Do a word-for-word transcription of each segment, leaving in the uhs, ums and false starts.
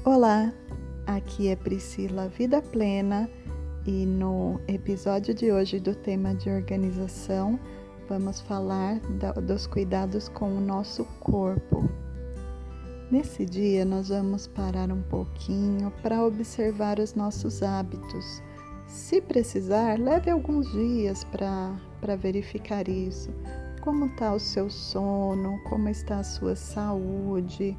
Olá, aqui é Priscila Vida Plena e no episódio de hoje do tema de organização vamos falar da, dos cuidados com o nosso corpo. Nesse dia nós vamos parar um pouquinho para observar os nossos hábitos. Se precisar, leve alguns dias para verificar isso. Como está o seu sono, como está a sua saúde.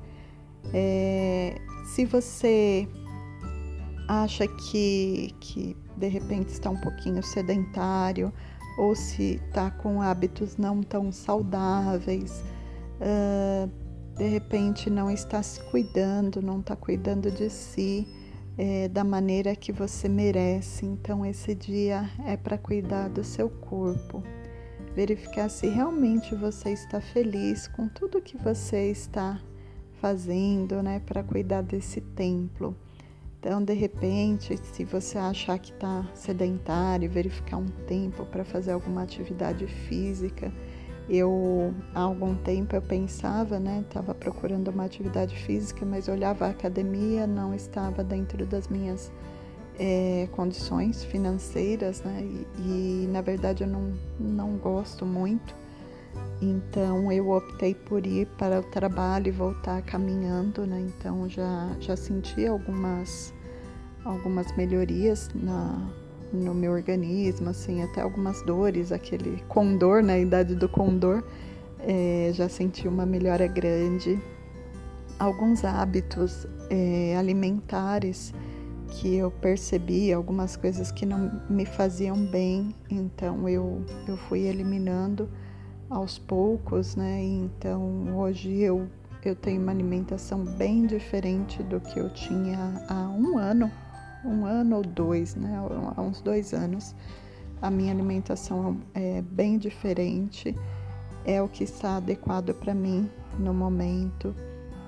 É, se você acha que, que de repente está um pouquinho sedentário ou se está com hábitos não tão saudáveis, uh, de repente não está se cuidando, não está cuidando de si é, da maneira que você merece. Então esse dia é para cuidar do seu corpo, verificar se realmente você está feliz com tudo que você está fazendo, né, para cuidar desse templo. Então, de repente, se você achar que está sedentário, verificar um tempo para fazer alguma atividade física. Eu, há algum tempo, eu pensava, né, estava procurando uma atividade física, mas olhava a academia, não estava dentro das minhas é, condições financeiras, né, e, e na verdade eu não, não gosto muito. Então eu optei por ir para o trabalho e voltar caminhando, né? Então já, já senti algumas, algumas melhorias na, no meu organismo, assim, até algumas dores, aquele condor, né? A idade do condor, é, já senti uma melhora grande. Alguns hábitos é, alimentares que eu percebi, algumas coisas que não me faziam bem, então eu, eu fui eliminando aos poucos, né? Então hoje eu, eu tenho uma alimentação bem diferente do que eu tinha há um ano, um ano ou dois, né? Há uns dois anos. A minha alimentação é bem diferente, é o que está adequado para mim no momento.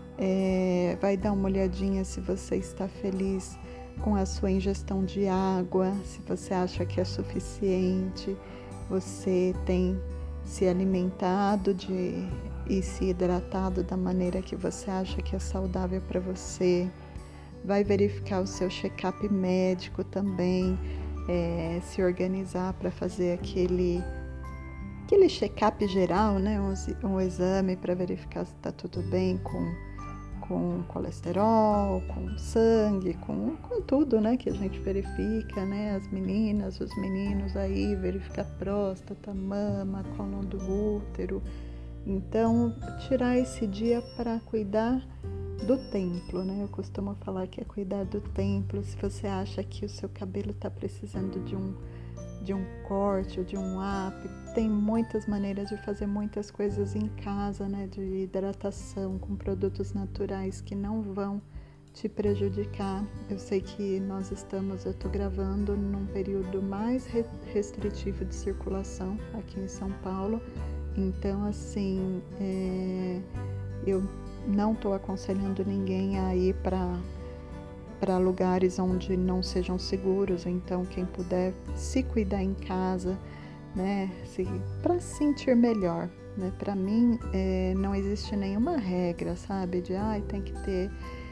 É, vai dar uma olhadinha se você está feliz com a sua ingestão de água, se você acha que é suficiente, você tem se alimentado de, e se hidratado da maneira que você acha que é saudável para você. Vai verificar o seu check-up médico também, é, se organizar para fazer aquele, aquele check-up geral, né? um, um exame para verificar se está tudo bem com, com colesterol, com sangue, com, com tudo, né? Que a gente verifica, né? As meninas, os meninos aí, verificar próstata, mama, colo do útero. Então, tirar esse dia para cuidar do templo, né? Eu costumo falar que é cuidar do templo. Se você acha que o seu cabelo está precisando de um, de um corte ou de um up, tem muitas maneiras de fazer muitas coisas em casa, né? De hidratação com produtos naturais que não vão te prejudicar. Eu sei que nós estamos, eu estou gravando num período mais restritivo de circulação aqui em São Paulo, então assim, é, eu não estou aconselhando ninguém a ir para para lugares onde não sejam seguros. Então quem puder se cuidar em casa, né, se, para se sentir melhor, né? Para mim é, não existe nenhuma regra, sabe, de ah, tem que ter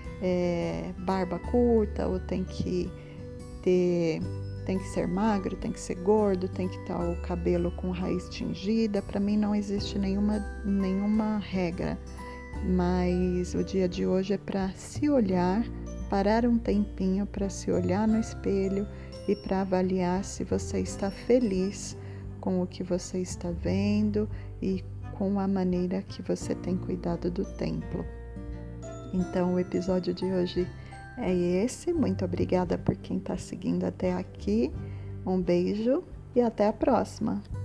É, barba curta, ou tem que ter, tem que ser magro, tem que ser gordo, tem que estar o cabelo com raiz tingida. Para mim não existe nenhuma, nenhuma regra, mas o dia de hoje é para se olhar, parar um tempinho para se olhar no espelho e para avaliar se você está feliz com o que você está vendo e com a maneira que você tem cuidado do templo. Então, o episódio de hoje é esse. Muito obrigada por quem está seguindo até aqui. Um beijo e até a próxima.